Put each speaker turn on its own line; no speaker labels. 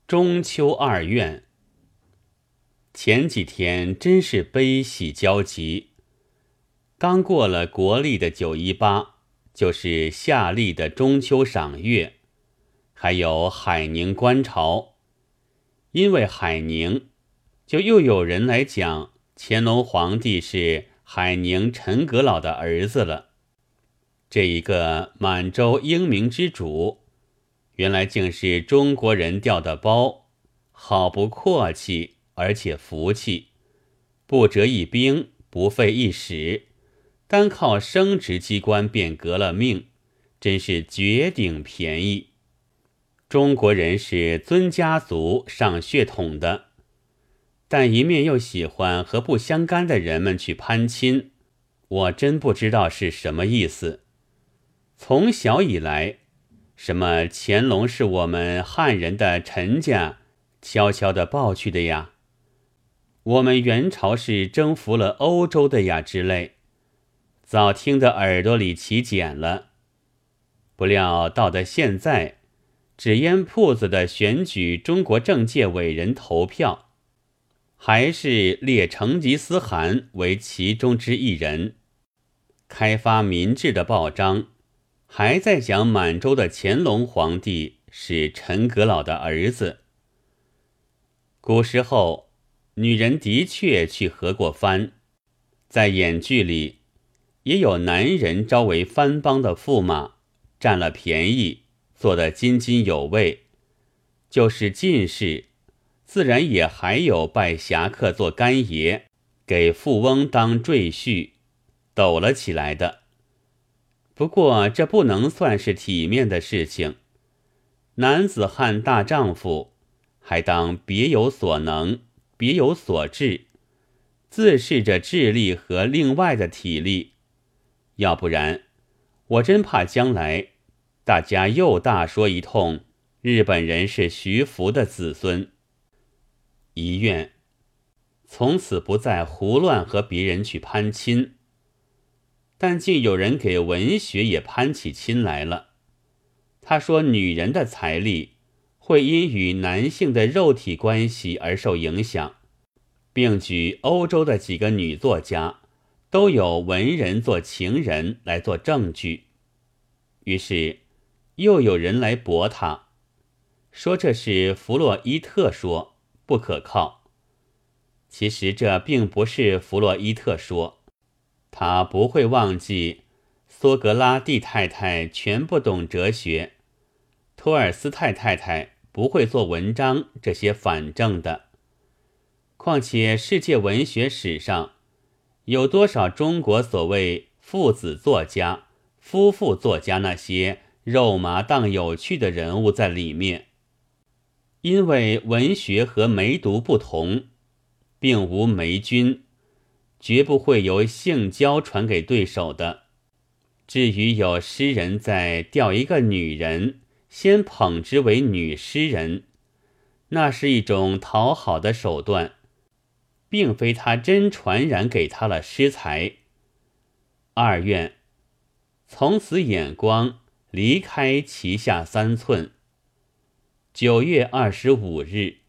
中秋二院，前几天真是悲喜交集。刚过了国历的918，就是夏历的中秋赏月，还有海宁观潮。因为海宁，就又有人来讲乾隆皇帝是海宁陈阁老的儿子了。这一个满洲英明之主，原来竟是中国人调的包，好不阔气，而且福气，不折一兵，不费一矢，单靠升职机关便革了命，真是绝顶便宜。中国人是尊家族上血统的，但一面又喜欢和不相干的人们去攀亲，我真不知道是什么意思。从小以来，什么乾隆是我们汉人的陈家悄悄地抱去的呀，我们元朝是征服了欧洲的呀之类，早听得耳朵里起茧了。不料到了现在，纸烟铺子的选举中国政界伟人投票，还是列成吉思汗为其中之一人。开发民智的报章还在讲满洲的乾隆皇帝是陈阁老的儿子。古时候，女人的确去合过藩，在演剧里也有男人招为藩邦的驸马，占了便宜，做得津津有味。就是进士，自然也还有拜侠客做干爷，给富翁当赘婿，抖了起来的。不过这不能算是体面的事情，男子汉大丈夫，还当别有所能，别有所志，自恃着智力和另外的体力，要不然我真怕将来大家又大说一通日本人是徐福的子孙。遗愿从此不再胡乱和别人去攀亲，但竟有人给文学也攀起亲来了。他说女人的财力会因与男性的肉体关系而受影响，并举欧洲的几个女作家都有文人做情人来做证据。于是又有人来驳他，说这是弗洛伊特说，不可靠。其实这并不是弗洛伊特说，他不会忘记苏格拉底太太全不懂哲学，托尔斯泰太太不会做文章，这些反证的。况且世界文学史上有多少中国所谓父子作家、夫妇作家那些肉麻荡有趣的人物在里面。因为文学和梅毒不同，并无霉菌，绝不会由性交传给对手的。至于有诗人在钓一个女人，先捧之为女诗人，那是一种讨好的手段，并非他真传染给他了诗才。二愿从此眼光离开旗下3寸。9月25日。